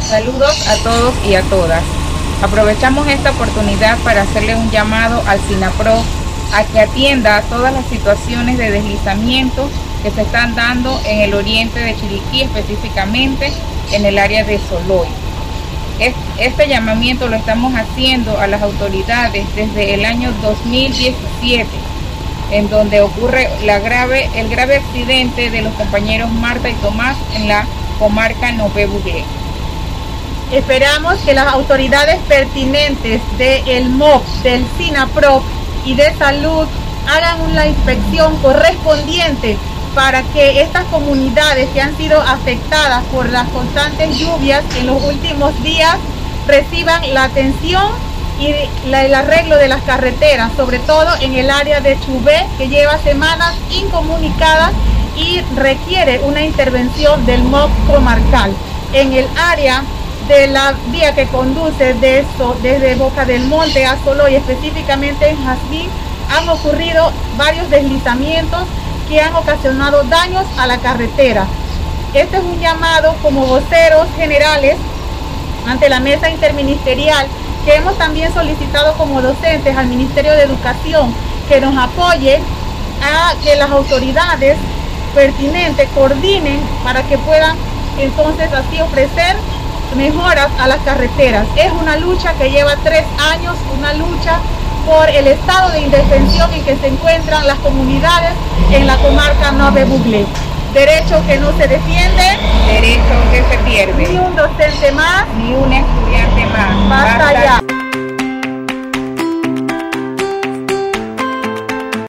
Saludos a todos y a todas. Aprovechamos esta oportunidad para hacerle un llamado al SINAPROC a que atienda todas las situaciones de deslizamiento que se están dando en el oriente de Chiriquí, específicamente en el área de Soloy. Este llamamiento lo estamos haciendo a las autoridades desde el año 2017, en donde ocurre el grave accidente de los compañeros Marta y Tomás en la comarca Nové Buglé. Esperamos que las autoridades pertinentes del MOB, del SINAPROC y de salud hagan una inspección correspondiente para que estas comunidades que han sido afectadas por las constantes lluvias en los últimos días reciban la atención y el arreglo de las carreteras, sobre todo en el área de Chubé, que lleva semanas incomunicada y requiere una intervención del MOB comarcal. En el área de la vía que conduce desde Boca del Monte a Soloy, específicamente en Jazmín, han ocurrido varios deslizamientos que han ocasionado daños a la carretera. Este es un llamado como voceros generales ante la mesa interministerial, que hemos también solicitado como docentes al Ministerio de Educación que nos apoye a que las autoridades pertinentes coordinen para que puedan entonces así ofrecer mejoras a las carreteras. Es una lucha que lleva 3 años, una lucha por el estado de indefensión en que se encuentran las comunidades en la comarca Nové Buglé. Derecho que no se defiende, Derecho que se pierde. ni un docente más, ni un estudiante más. Basta ya.